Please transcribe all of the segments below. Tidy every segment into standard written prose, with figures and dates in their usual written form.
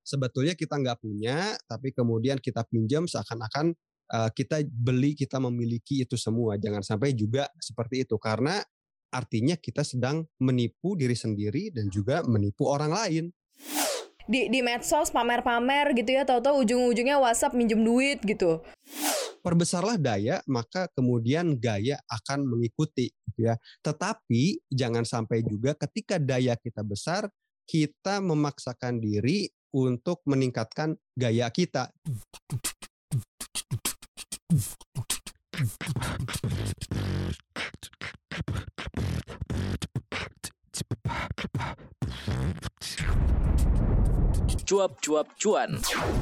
sebetulnya kita nggak punya, tapi kemudian kita pinjam seakan-akan kita beli, kita memiliki itu semua. Jangan sampai juga seperti itu, karena artinya kita sedang menipu diri sendiri dan juga menipu orang lain. Di medsos pamer-pamer gitu ya, tahu-tahu ujung-ujungnya WhatsApp minjem duit gitu. Perbesarlah daya, maka kemudian gaya akan mengikuti gitu ya. Tetapi jangan sampai juga ketika daya kita besar, kita memaksakan diri untuk meningkatkan gaya kita. Cuap-cuap cuan.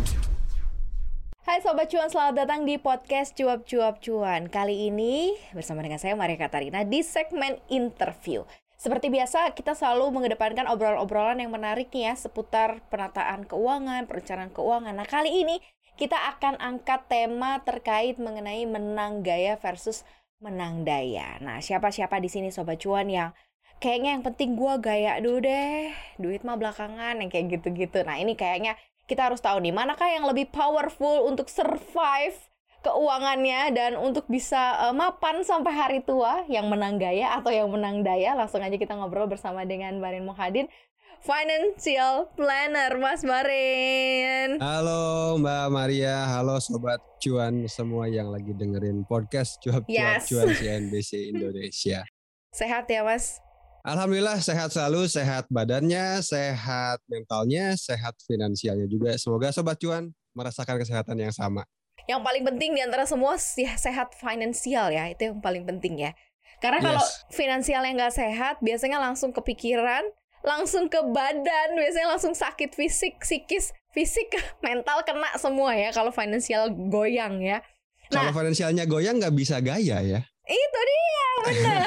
Hai Sobat Cuan, selamat datang di podcast Cuap-cuap cuan. Kali ini bersama dengan saya Maria Katarina di segmen interview. Seperti biasa, kita selalu mengedepankan obrolan-obrolan yang menarik nih ya, seputar penataan keuangan, perencanaan keuangan. Nah, kali ini kita akan angkat tema terkait mengenai menang gaya versus menang daya. Nah, siapa-siapa di sini Sobat Cuan yang kayaknya yang penting gue gaya dulu deh, duit mah belakangan, yang kayak gitu-gitu. Nah, ini kayaknya kita harus tahu nih, manakah yang lebih powerful untuk survive keuangannya dan untuk bisa mapan sampai hari tua, yang menang gaya atau yang menang daya. Langsung aja kita ngobrol bersama dengan Barin Muhadin, Financial Planner. Mas Barin. Halo Mbak Maria, halo Sobat Cuan semua yang lagi dengerin podcast Cuap-cuap Cuan CNBC Indonesia. Sehat ya Mas? Alhamdulillah sehat selalu, sehat badannya, sehat mentalnya, sehat finansialnya juga. Semoga Sobat Cuan merasakan kesehatan yang sama. Yang paling penting di antara semua ya sehat finansial ya, itu yang paling penting ya. Karena kalau finansialnya nggak sehat, biasanya langsung kepikiran, langsung ke badan, biasanya langsung sakit fisik, psikis, fisik, mental kena semua ya kalau finansial goyang ya. Kalau finansialnya goyang nggak bisa gaya ya. Itu dia, benar.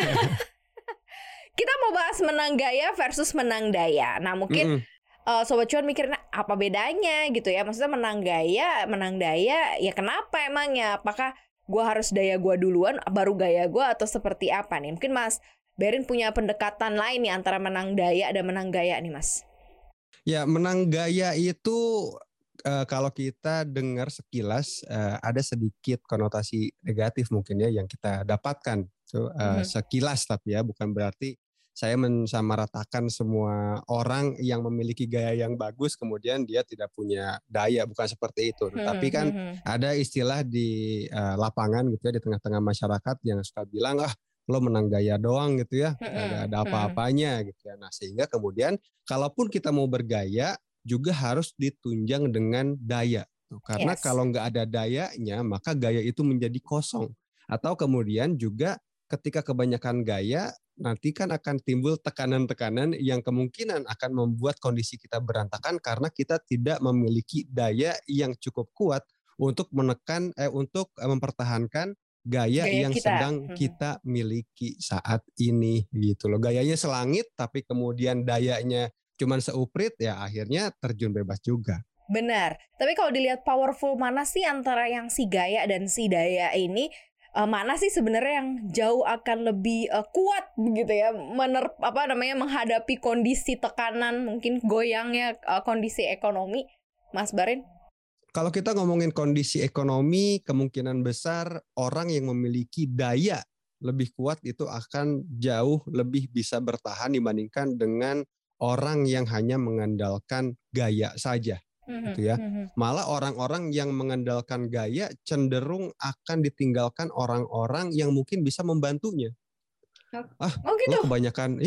Kita mau bahas menang gaya versus menang daya. Nah mungkin Sobat Cuan mikirin apa bedanya gitu ya. Maksudnya menang gaya, menang daya, ya kenapa emangnya? Apakah gue harus daya gue duluan baru gaya gue atau seperti apa nih? Mungkin Mas Barin punya pendekatan lain nih antara menang daya dan menang gaya nih Mas. Ya, menang gaya itu kalau kita dengar sekilas ada sedikit konotasi negatif mungkin ya yang kita dapatkan. Sekilas tapi ya bukan berarti saya mensamaratakan semua orang yang memiliki gaya yang bagus kemudian dia tidak punya daya, bukan seperti itu. Tapi kan ada istilah di lapangan gitu ya, di tengah-tengah masyarakat yang suka bilang lo menang gaya doang gitu ya, gak ada apa-apanya gitu ya. Nah sehingga kemudian kalaupun kita mau bergaya juga harus ditunjang dengan daya. Karena kalau nggak ada dayanya maka gaya itu menjadi kosong. Atau kemudian juga ketika kebanyakan gaya nanti kan akan timbul tekanan-tekanan yang kemungkinan akan membuat kondisi kita berantakan karena kita tidak memiliki daya yang cukup kuat untuk untuk mempertahankan gaya yang kita sedang kita miliki saat ini gitu loh. Gayanya selangit tapi kemudian dayanya cuman seuprit ya akhirnya terjun bebas juga. Benar. Tapi kalau dilihat powerful mana sih antara yang si gaya dan si daya ini? Mana sih sebenarnya yang jauh akan lebih kuat begitu ya menghadapi kondisi tekanan mungkin goyangnya kondisi ekonomi, Mas Barin? Kalau kita ngomongin kondisi ekonomi, kemungkinan besar orang yang memiliki daya lebih kuat itu akan jauh lebih bisa bertahan dibandingkan dengan orang yang hanya mengandalkan gaya saja. Gitu ya. Malah orang-orang yang mengandalkan gaya cenderung akan ditinggalkan orang-orang yang mungkin bisa membantunya. Gitu? Lo kebanyakan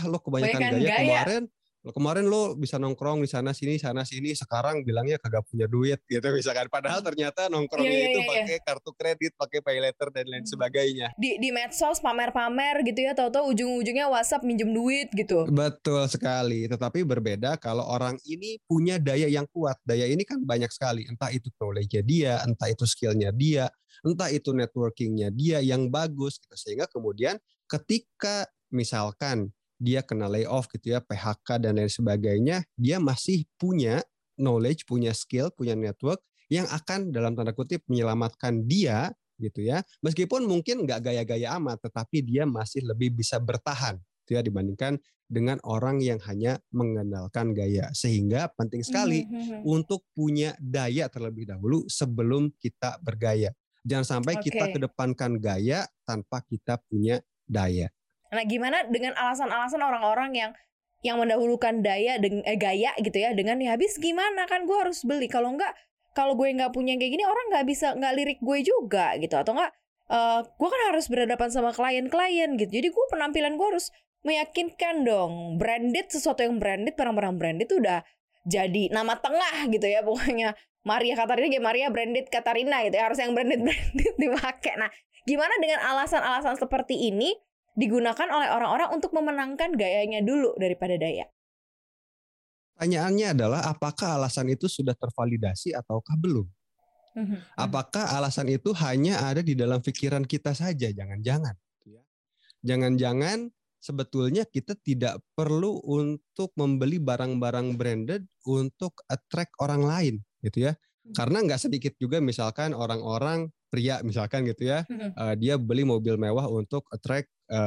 gaya. Kemarin lo bisa nongkrong di sana sini, sekarang bilangnya kagak punya duit gitu misalkan. Padahal ternyata nongkrongnya itu pakai kartu kredit, pakai pay later dan lain sebagainya. Di medsos pamer-pamer gitu ya, tahu-tahu ujung-ujungnya WhatsApp minjem duit gitu. Betul sekali. Tetapi berbeda kalau orang ini punya daya yang kuat. Daya ini kan banyak sekali. Entah itu knowledge-nya dia, entah itu skill-nya dia, entah itu networking-nya dia yang bagus gitu. Sehingga kemudian ketika misalkan dia kena layoff gitu ya, PHK dan lain sebagainya, dia masih punya knowledge, punya skill, punya network yang akan dalam tanda kutip menyelamatkan dia gitu ya. Meskipun mungkin nggak gaya-gaya amat, tetapi dia masih lebih bisa bertahan. gitu ya, dibandingkan dengan orang yang hanya mengandalkan gaya. Sehingga penting sekali untuk punya daya terlebih dahulu sebelum kita bergaya. Jangan sampai kita kedepankan gaya tanpa kita punya daya. Nah, gimana dengan alasan-alasan orang-orang yang mendahulukan gaya gitu ya dengan ya habis gimana kan gue harus beli, kalau gue nggak punya kayak gini orang nggak lirik gue juga gitu, atau enggak gue kan harus berhadapan sama klien-klien gitu, jadi gue penampilan gue harus meyakinkan dong, sesuatu yang branded, barang-barang branded itu udah jadi nama tengah gitu ya, pokoknya Maria Katarina kayak Maria branded Katarina gitu ya, harus yang branded dipakai. Nah, gimana dengan alasan-alasan seperti ini digunakan oleh orang-orang untuk memenangkan gayanya dulu daripada daya? Pertanyaannya adalah apakah alasan itu sudah tervalidasi ataukah belum? Apakah alasan itu hanya ada di dalam pikiran kita saja? Jangan-jangan. Jangan-jangan sebetulnya kita tidak perlu untuk membeli barang-barang branded untuk attract orang lain gitu ya. Karena nggak sedikit juga misalkan orang-orang pria misalkan gitu ya, dia beli mobil mewah untuk attract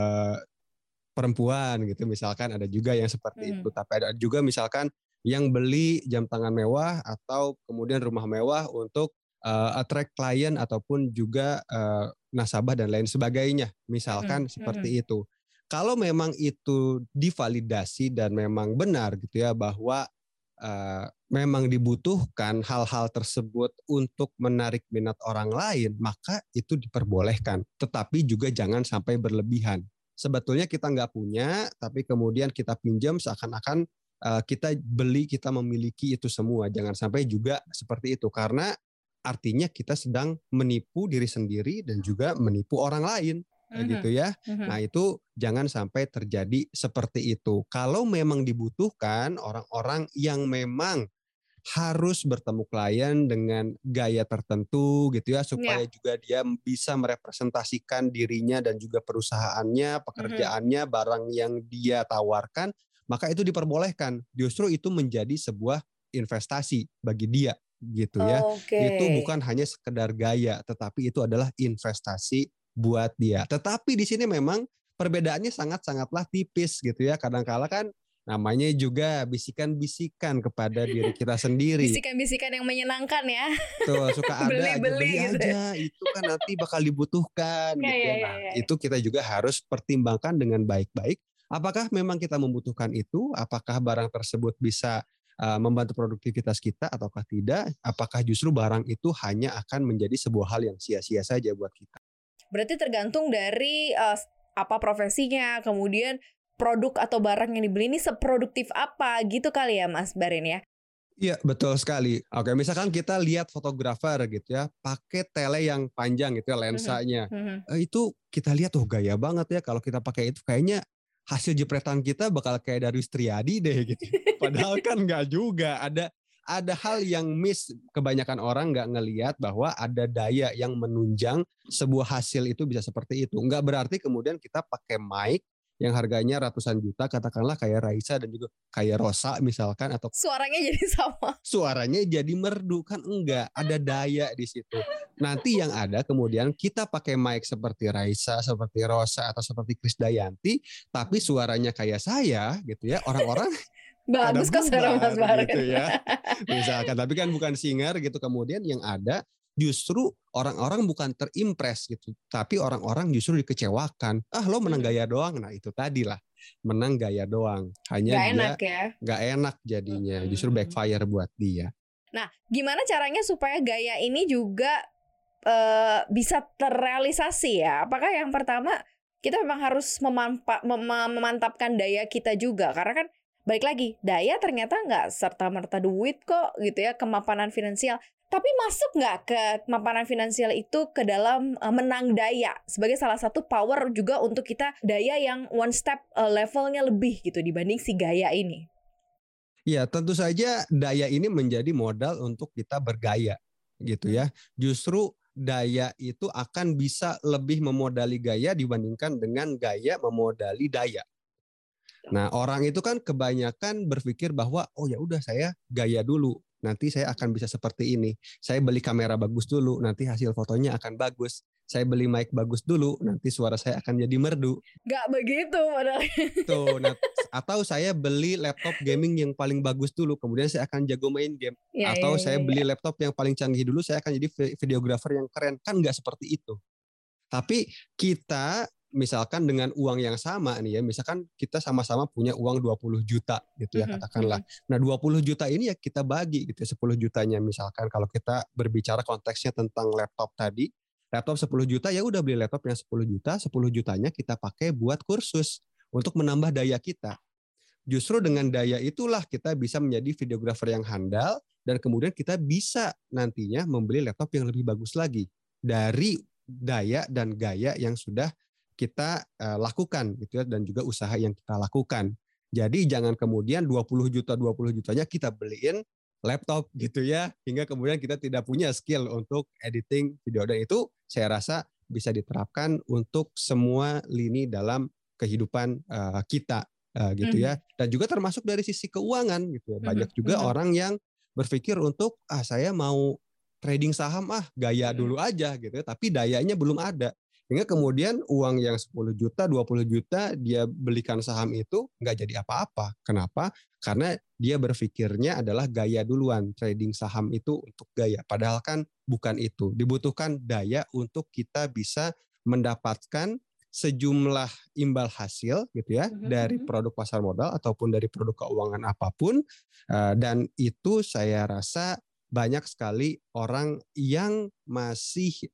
perempuan gitu, misalkan ada juga yang seperti itu. Tapi ada juga misalkan yang beli jam tangan mewah atau kemudian rumah mewah untuk attract klien ataupun juga nasabah dan lain sebagainya, misalkan seperti itu. Kalau memang itu divalidasi dan memang benar gitu ya bahwa memang dibutuhkan hal-hal tersebut untuk menarik minat orang lain, maka itu diperbolehkan. Tetapi juga jangan sampai berlebihan. Sebetulnya kita nggak punya, tapi kemudian kita pinjam seakan-akan kita beli, kita memiliki itu semua. Jangan sampai juga seperti itu, karena artinya kita sedang menipu diri sendiri dan juga menipu orang lain. Gitu ya. Nah, itu jangan sampai terjadi seperti itu. Kalau memang dibutuhkan orang-orang yang memang harus bertemu klien dengan gaya tertentu gitu ya, supaya juga dia bisa merepresentasikan dirinya dan juga perusahaannya, pekerjaannya, barang yang dia tawarkan, maka itu diperbolehkan. Justru itu menjadi sebuah investasi bagi dia gitu ya. Itu bukan hanya sekedar gaya, tetapi itu adalah investasi buat dia. Tetapi di sini memang perbedaannya sangat-sangatlah tipis gitu ya. Kadang-kala kan namanya juga bisikan-bisikan kepada diri kita sendiri. Bisikan-bisikan yang menyenangkan ya. Tuh, suka ada beli gitu aja, itu kan nanti bakal dibutuhkan gitu ya. Nah, itu kita juga harus pertimbangkan dengan baik-baik. Apakah memang kita membutuhkan itu? Apakah barang tersebut bisa membantu produktivitas kita ataukah tidak? Apakah justru barang itu hanya akan menjadi sebuah hal yang sia-sia saja buat kita? Berarti tergantung dari apa profesinya, kemudian produk atau barang yang dibeli ini seproduktif apa gitu kali ya Mas Barin ya? Iya, betul sekali. Oke, misalkan kita lihat fotografer gitu ya, pakai tele yang panjang gitu ya lensanya. Itu kita lihat gaya banget ya, kalau kita pakai itu kayaknya hasil jepretan kita bakal kayak Darius Triadi deh gitu. Padahal kan nggak juga, ada hal yang miss, kebanyakan orang nggak ngelihat bahwa ada daya yang menunjang sebuah hasil itu bisa seperti itu. Nggak berarti kemudian kita pakai mic yang harganya ratusan juta, katakanlah kayak Raisa dan juga kayak Rosa misalkan, atau suaranya jadi sama. Suaranya jadi merdu, kan enggak, ada daya di situ. Nanti yang ada kemudian kita pakai mic seperti Raisa, seperti Rosa atau seperti Krisdayanti, tapi suaranya kayak saya gitu ya, orang-orang bagus kok suara Mas Barin gitu ya. Misalkan, tapi kan bukan singer gitu. Kemudian yang ada justru orang-orang bukan terimpress gitu, tapi orang-orang justru dikecewakan. Lo menang gaya doang. Nah, itu tadi lah, menang gaya doang. Hanya gak dia enak ya. Gak enak jadinya, justru backfire buat dia. Nah, gimana caranya supaya gaya ini juga bisa terrealisasi ya? Apakah yang pertama kita memang harus memantapkan daya kita juga? Karena kan balik lagi, daya ternyata nggak serta-merta duit kok gitu ya, kemapanan finansial. Tapi masuk nggak ke kemapanan finansial itu ke dalam menang daya sebagai salah satu power juga untuk kita daya yang one step levelnya lebih gitu dibanding si gaya ini? Ya, tentu saja daya ini menjadi modal untuk kita bergaya gitu ya. Justru daya itu akan bisa lebih memodali gaya dibandingkan dengan gaya memodali daya. Nah, orang itu kan kebanyakan berpikir bahwa ya udah saya gaya dulu, nanti saya akan bisa seperti ini. Saya beli kamera bagus dulu, nanti hasil fotonya akan bagus. saya beli mic bagus dulu, nanti suara saya akan jadi merdu. Nggak begitu padahal. Tuh, atau saya beli laptop gaming yang paling bagus dulu, kemudian saya akan jago main game. Atau saya beli laptop yang paling canggih dulu, saya akan jadi videographer yang keren. Kan nggak seperti itu. Tapi kita misalkan dengan uang yang sama nih ya, misalkan kita sama-sama punya uang 20 juta gitu ya katakanlah. Nah 20 juta ini ya kita bagi gitu ya, 10 jutanya misalkan kalau kita berbicara konteksnya tentang laptop tadi, laptop 10 juta ya udah beli laptop yang 10 juta, 10 jutanya kita pakai buat kursus untuk menambah daya kita. Justru dengan daya itulah kita bisa menjadi videographer yang handal dan kemudian kita bisa nantinya membeli laptop yang lebih bagus lagi dari daya dan gaya yang sudah kita lakukan gitu ya, dan juga usaha yang kita lakukan. Jadi jangan kemudian 20 jutanya kita beliin laptop gitu ya, hingga kemudian kita tidak punya skill untuk editing video. Dan itu saya rasa bisa diterapkan untuk semua lini dalam kehidupan kita gitu ya. Dan juga termasuk dari sisi keuangan gitu ya. Banyak juga orang yang berpikir untuk saya mau trading saham gaya dulu aja gitu ya, tapi dayanya belum ada. Hingga kemudian uang yang 10 juta, 20 juta dia belikan saham itu nggak jadi apa-apa. Kenapa? Karena dia berpikirnya adalah gaya duluan. Trading saham itu untuk gaya. Padahal kan bukan itu. Dibutuhkan daya untuk kita bisa mendapatkan sejumlah imbal hasil gitu ya dari produk pasar modal ataupun dari produk keuangan apapun. Dan itu saya rasa banyak sekali orang yang masih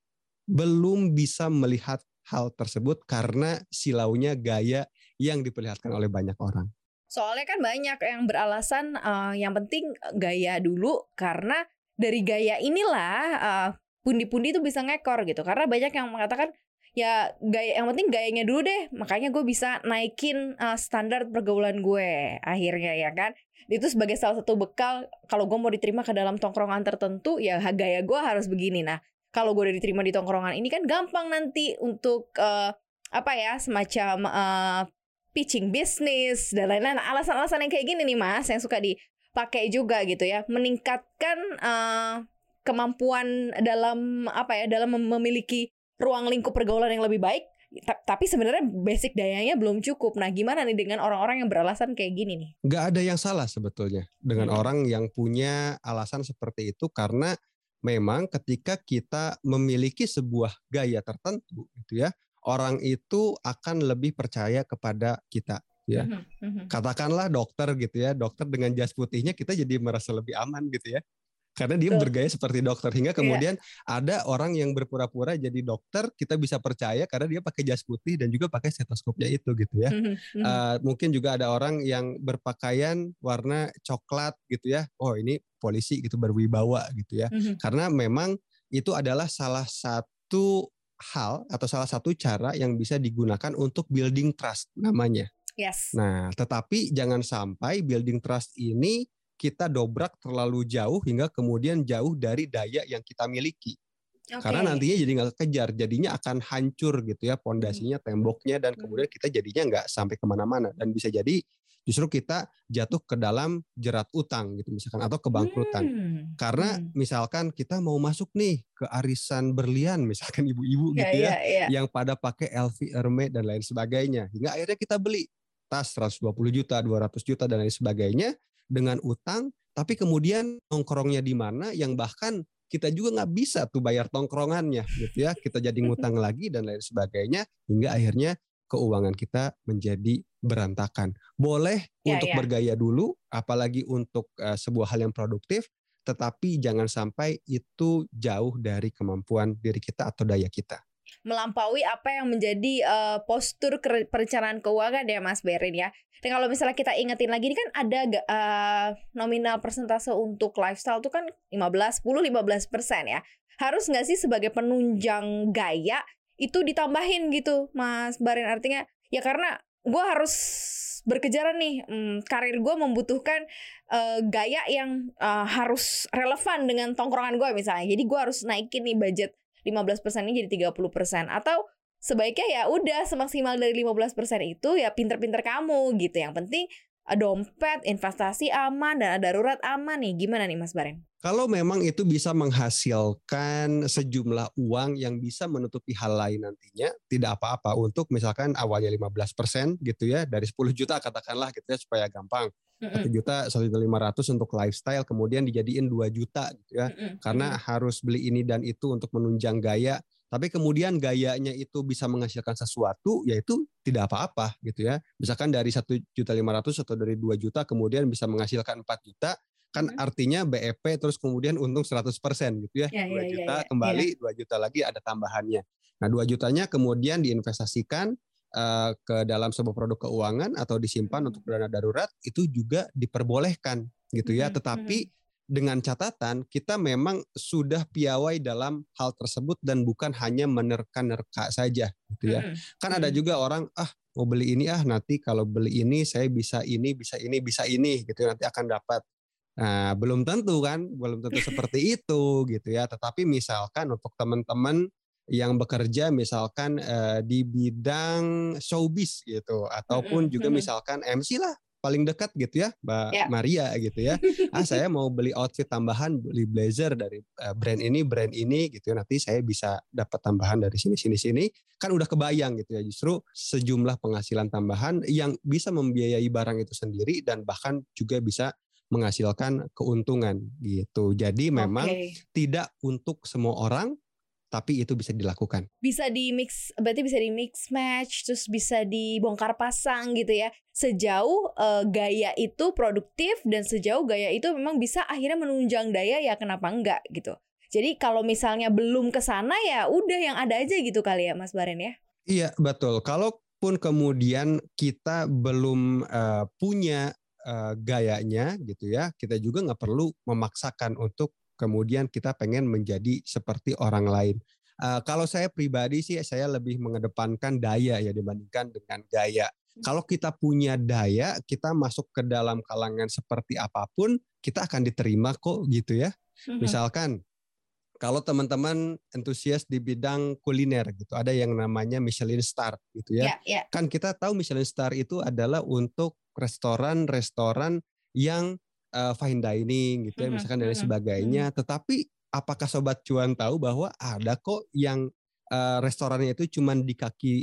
belum bisa melihat hal tersebut karena silaunya gaya yang diperlihatkan oleh banyak orang. Soalnya kan banyak yang beralasan yang penting gaya dulu, karena dari gaya inilah pundi-pundi itu bisa ngekor gitu. Karena banyak yang mengatakan ya gaya, yang penting gayanya dulu deh, makanya gue bisa naikin standar pergaulan gue akhirnya ya kan. Itu sebagai salah satu bekal kalau gue mau diterima ke dalam tongkrongan tertentu ya gaya gue harus begini. Nah kalau gue udah diterima di tongkrongan ini kan gampang nanti untuk semacam pitching bisnis dan lain-lain. Alasan-alasan yang kayak gini nih Mas, yang suka dipakai juga gitu ya, meningkatkan kemampuan dalam dalam memiliki ruang lingkup pergaulan yang lebih baik. Tapi sebenarnya basic dayanya belum cukup. Nah gimana nih dengan orang-orang yang beralasan kayak gini nih? Nggak ada yang salah sebetulnya dengan orang yang punya alasan seperti itu, karena memang ketika kita memiliki sebuah gaya tertentu gitu ya, orang itu akan lebih percaya kepada kita ya. Katakanlah dokter gitu ya, dokter dengan jas putihnya kita jadi merasa lebih aman gitu ya. Karena dia bergaya seperti dokter, hingga kemudian ada orang yang berpura-pura jadi dokter, kita bisa percaya karena dia pakai jas putih dan juga pakai stetoskopnya itu gitu ya. Mungkin juga ada orang yang berpakaian warna coklat gitu ya, oh ini polisi gitu, berwibawa gitu ya. Karena memang itu adalah salah satu hal atau salah satu cara yang bisa digunakan untuk building trust namanya. Yes. Nah, tetapi jangan sampai building trust ini kita dobrak terlalu jauh hingga kemudian jauh dari daya yang kita miliki. Karena nantinya jadi nggak kekejar, jadinya akan hancur gitu ya pondasinya, temboknya, dan kemudian kita jadinya nggak sampai kemana-mana, dan bisa jadi justru kita jatuh ke dalam jerat utang gitu misalkan, atau kebangkrutan. Karena misalkan kita mau masuk nih ke arisan berlian misalkan ibu-ibu gitu ya, yang pada pakai LV, Hermes dan lain sebagainya, hingga akhirnya kita beli tas 120 juta, 200 juta dan lain sebagainya dengan utang, tapi kemudian nongkrongnya di mana yang bahkan kita juga nggak bisa tuh bayar tongkrongannya gitu ya, kita jadi ngutang lagi dan lain sebagainya, hingga akhirnya keuangan kita menjadi berantakan. Boleh untuk bergaya dulu, apalagi untuk sebuah hal yang produktif, tetapi jangan sampai itu jauh dari kemampuan diri kita atau daya kita. Melampaui apa yang menjadi postur perencanaan keuangan ya Mas Berin ya. Dan kalau misalnya kita ingetin lagi, ini kan ada nominal persentase untuk lifestyle tuh kan 10-15% ya. Harus nggak sih sebagai penunjang gaya itu ditambahin gitu Mas Berin? Artinya ya karena gue harus berkejaran nih, karir gue membutuhkan gaya yang harus relevan dengan tongkrongan gue misalnya. Jadi gue harus naikin nih budget 15% ini jadi 30%, atau sebaiknya ya udah semaksimal dari 15% itu ya pinter-pinter kamu gitu. Yang penting dompet, investasi aman, dana darurat aman nih. Gimana nih Mas Baren? Kalau memang itu bisa menghasilkan sejumlah uang yang bisa menutupi hal lain nantinya, tidak apa-apa. Untuk misalkan awalnya 15% gitu ya, dari 10 juta katakanlah gitu ya supaya gampang. 1 juta, 1.500.000 untuk lifestyle, kemudian dijadiin 2 juta gitu ya. Karena harus beli ini dan itu untuk menunjang gaya. Tapi kemudian gayanya itu bisa menghasilkan sesuatu, yaitu tidak apa-apa gitu ya. Misalkan dari 1.500.000 atau dari 2 juta kemudian bisa menghasilkan 4 juta, kan artinya BEP terus kemudian untung 100% gitu ya. 2 juta kembali, 2 juta lagi ada tambahannya. Nah 2 jutanya kemudian diinvestasikan ke dalam sebuah produk keuangan atau disimpan untuk dana darurat, itu juga diperbolehkan gitu ya. Tetapi dengan catatan kita memang sudah piawai dalam hal tersebut dan bukan hanya menerka-nerka saja gitu ya. Kan ada juga orang mau beli ini nanti kalau beli ini saya bisa ini gitu nanti akan dapat. Nah, belum tentu seperti itu gitu ya. Tetapi misalkan untuk teman-teman yang bekerja misalkan di bidang showbiz gitu, ataupun juga misalkan MC lah paling dekat gitu ya, Mbak Maria gitu ya. Saya mau beli outfit tambahan, beli blazer dari brand ini gitu ya. Nanti saya bisa dapat tambahan dari sini. Kan udah kebayang gitu ya. Justru sejumlah penghasilan tambahan yang bisa membiayai barang itu sendiri dan bahkan juga bisa menghasilkan keuntungan gitu. Jadi memang tidak untuk semua orang, tapi itu bisa dilakukan. Bisa berarti bisa di mix match, terus bisa dibongkar pasang gitu ya. Sejauh gaya itu produktif dan sejauh gaya itu memang bisa akhirnya menunjang daya, ya kenapa enggak gitu. Jadi kalau misalnya belum ke sana ya udah yang ada aja gitu kali ya Mas Baren ya. Iya betul. Kalaupun kemudian kita belum punya gayanya gitu ya, kita juga nggak perlu memaksakan untuk kemudian kita pengen menjadi seperti orang lain. Kalau saya pribadi sih saya lebih mengedepankan daya ya dibandingkan dengan gaya. Kalau kita punya daya, kita masuk ke dalam kalangan seperti apapun, kita akan diterima kok gitu ya. Misalkan kalau teman-teman antusias di bidang kuliner gitu, ada yang namanya Michelin Star gitu ya. Kan kita tahu Michelin Star itu adalah untuk restoran-restoran yang fine dining gitu ya, misalkan dan sebagainya. Tetapi apakah Sobat Cuan tahu bahwa ada kok yang restorannya itu cuma di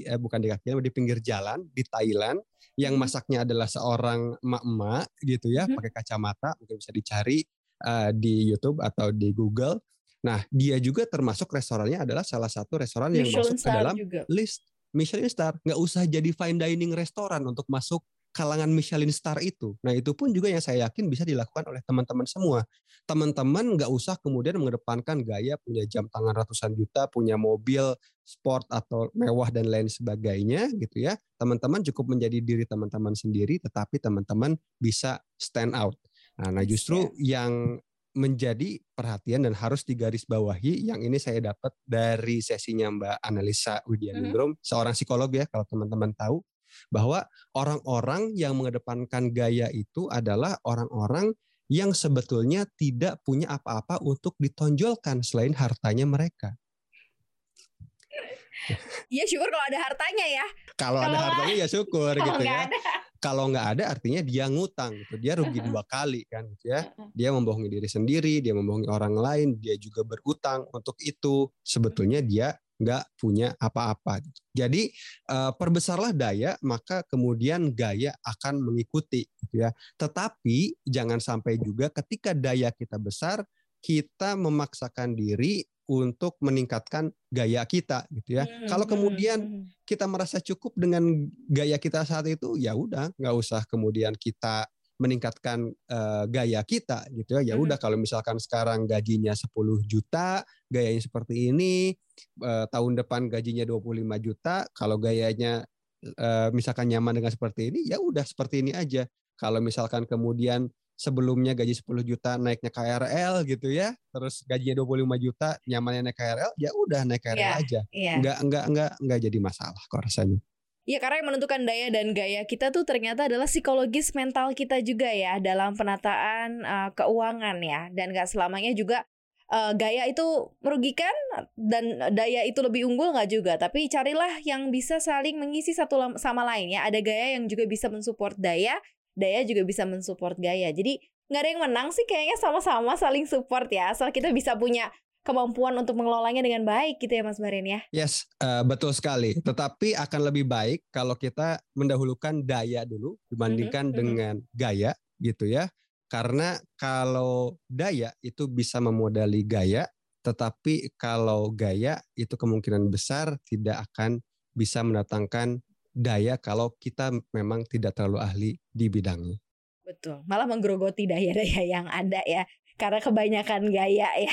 pinggir jalan di Thailand, yang masaknya adalah seorang emak-emak gitu ya, pakai kacamata, mungkin bisa dicari di YouTube atau di Google. Nah, dia juga termasuk restorannya adalah salah satu restoran yang masuk ke dalam list Michelin Star. Nggak usah jadi fine dining restoran untuk masuk kalangan Michelin Star itu. Nah, itu pun juga yang saya yakin bisa dilakukan oleh teman-teman semua. Teman-teman nggak usah kemudian mengedepankan gaya punya jam tangan ratusan juta, punya mobil sport atau mewah dan lain sebagainya gitu ya. Teman-teman cukup menjadi diri teman-teman sendiri, tetapi teman-teman bisa stand out. Nah, justru yang menjadi perhatian dan harus digarisbawahi, yang ini saya dapat dari sesinya Mbak Analisa Widianingrum, seorang psikolog ya kalau teman-teman tahu, bahwa orang-orang yang mengedepankan gaya itu adalah orang-orang yang sebetulnya tidak punya apa-apa untuk ditonjolkan selain hartanya mereka. Iya syukur kalau ada hartanya ya. Kalau ada hartanya ya syukur gitu ya. Kalau nggak ada artinya dia ngutang gitu, dia rugi 2 kali kan gitu ya. Dia membohongi diri sendiri, dia membohongi orang lain, dia juga berutang untuk itu. Sebetulnya dia nggak punya apa-apa. Jadi perbesarlah daya, maka kemudian gaya akan mengikuti gitu ya. Tetapi jangan sampai juga ketika daya kita besar, kita memaksakan diri untuk meningkatkan gaya kita gitu ya. Kalau kemudian kita merasa cukup dengan gaya kita saat itu, ya udah nggak usah kemudian kita meningkatkan gaya kita gitu ya. Ya udah kalau misalkan sekarang gajinya 10 juta, gayanya seperti ini, tahun depan gajinya 25 juta, kalau gayanya misalkan nyaman dengan seperti ini, ya udah seperti ini aja. Kalau misalkan kemudian sebelumnya gaji 10 juta naiknya KRL gitu ya, terus gajinya 25 juta nyamannya naik KRL, ya udah naik KRL aja. Enggak jadi masalah kok rasanya. Iya, karena yang menentukan daya dan gaya kita tuh ternyata adalah psikologis mental kita juga ya dalam penataan keuangan ya. Dan gak selamanya juga gaya itu merugikan dan daya itu lebih unggul gak juga. Tapi carilah yang bisa saling mengisi satu sama lain ya. Ada gaya yang juga bisa mensupport daya Daya juga bisa mensupport Gaya. Jadi nggak ada yang menang sih, kayaknya sama-sama saling support ya. Asal kita bisa punya kemampuan untuk mengelolanya dengan baik gitu ya Mas Barin ya. Yes, betul sekali. Tetapi akan lebih baik kalau kita mendahulukan daya dulu dibandingkan dengan gaya gitu ya. Karena kalau daya itu bisa memodali gaya, tetapi kalau gaya itu kemungkinan besar tidak akan bisa mendatangkan daya kalau kita memang tidak terlalu ahli di bidangnya. Betul, malah menggerogoti daya-daya yang ada ya, karena kebanyakan gaya ya.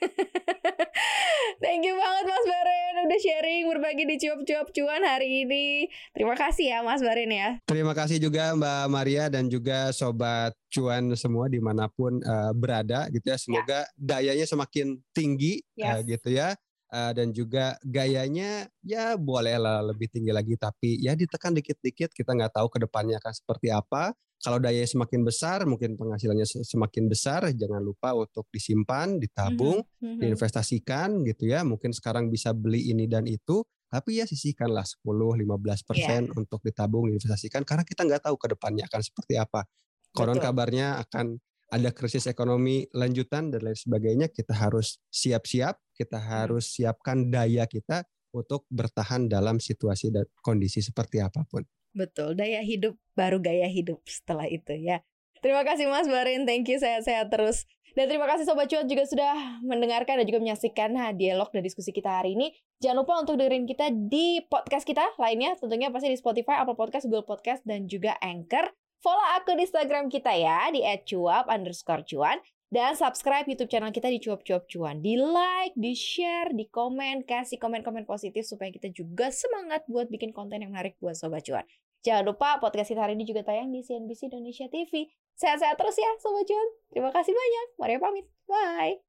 Thank you banget Mas Barin udah sharing berbagi di Cuap-Cuap Cuan hari ini. Terima kasih ya Mas Barin ya. Terima kasih juga Mbak Maria dan juga Sobat Cuan semua dimanapun berada gitu ya. Semoga dayanya semakin tinggi gitu ya. Dan juga gayanya ya bolehlah lebih tinggi lagi, tapi ya ditekan dikit-dikit, kita nggak tahu ke depannya akan seperti apa. Kalau dayanya semakin besar, mungkin penghasilannya semakin besar, jangan lupa untuk disimpan, ditabung, diinvestasikan gitu ya. Mungkin sekarang bisa beli ini dan itu, tapi ya sisihkanlah 10-15% untuk ditabung, diinvestasikan, karena kita nggak tahu ke depannya akan seperti apa. Konon kabarnya akan ada krisis ekonomi lanjutan dan lain sebagainya. Kita harus siap-siap, kita harus siapkan daya kita untuk bertahan dalam situasi dan kondisi seperti apapun. Betul, daya hidup baru gaya hidup setelah itu ya. Terima kasih Mas Barin, thank you, sehat-sehat terus. Dan terima kasih Sobat Cuan juga sudah mendengarkan dan juga menyaksikan dialog dan diskusi kita hari ini. Jangan lupa untuk dengerin kita di podcast kita lainnya, tentunya pasti di Spotify, Apple Podcast, Google Podcast, dan juga Anchor. Follow akun Instagram kita ya di @cuap_cuan. Dan subscribe YouTube channel kita di Cuap-Cuap Cuan. Di like, di share, di komen, kasih komen-komen positif supaya kita juga semangat buat bikin konten yang menarik buat Sobat Cuan. Jangan lupa podcast kita hari ini juga tayang di CNBC Indonesia TV. Sehat-sehat terus ya Sobat Cuan. Terima kasih banyak. Maria pamit. Bye.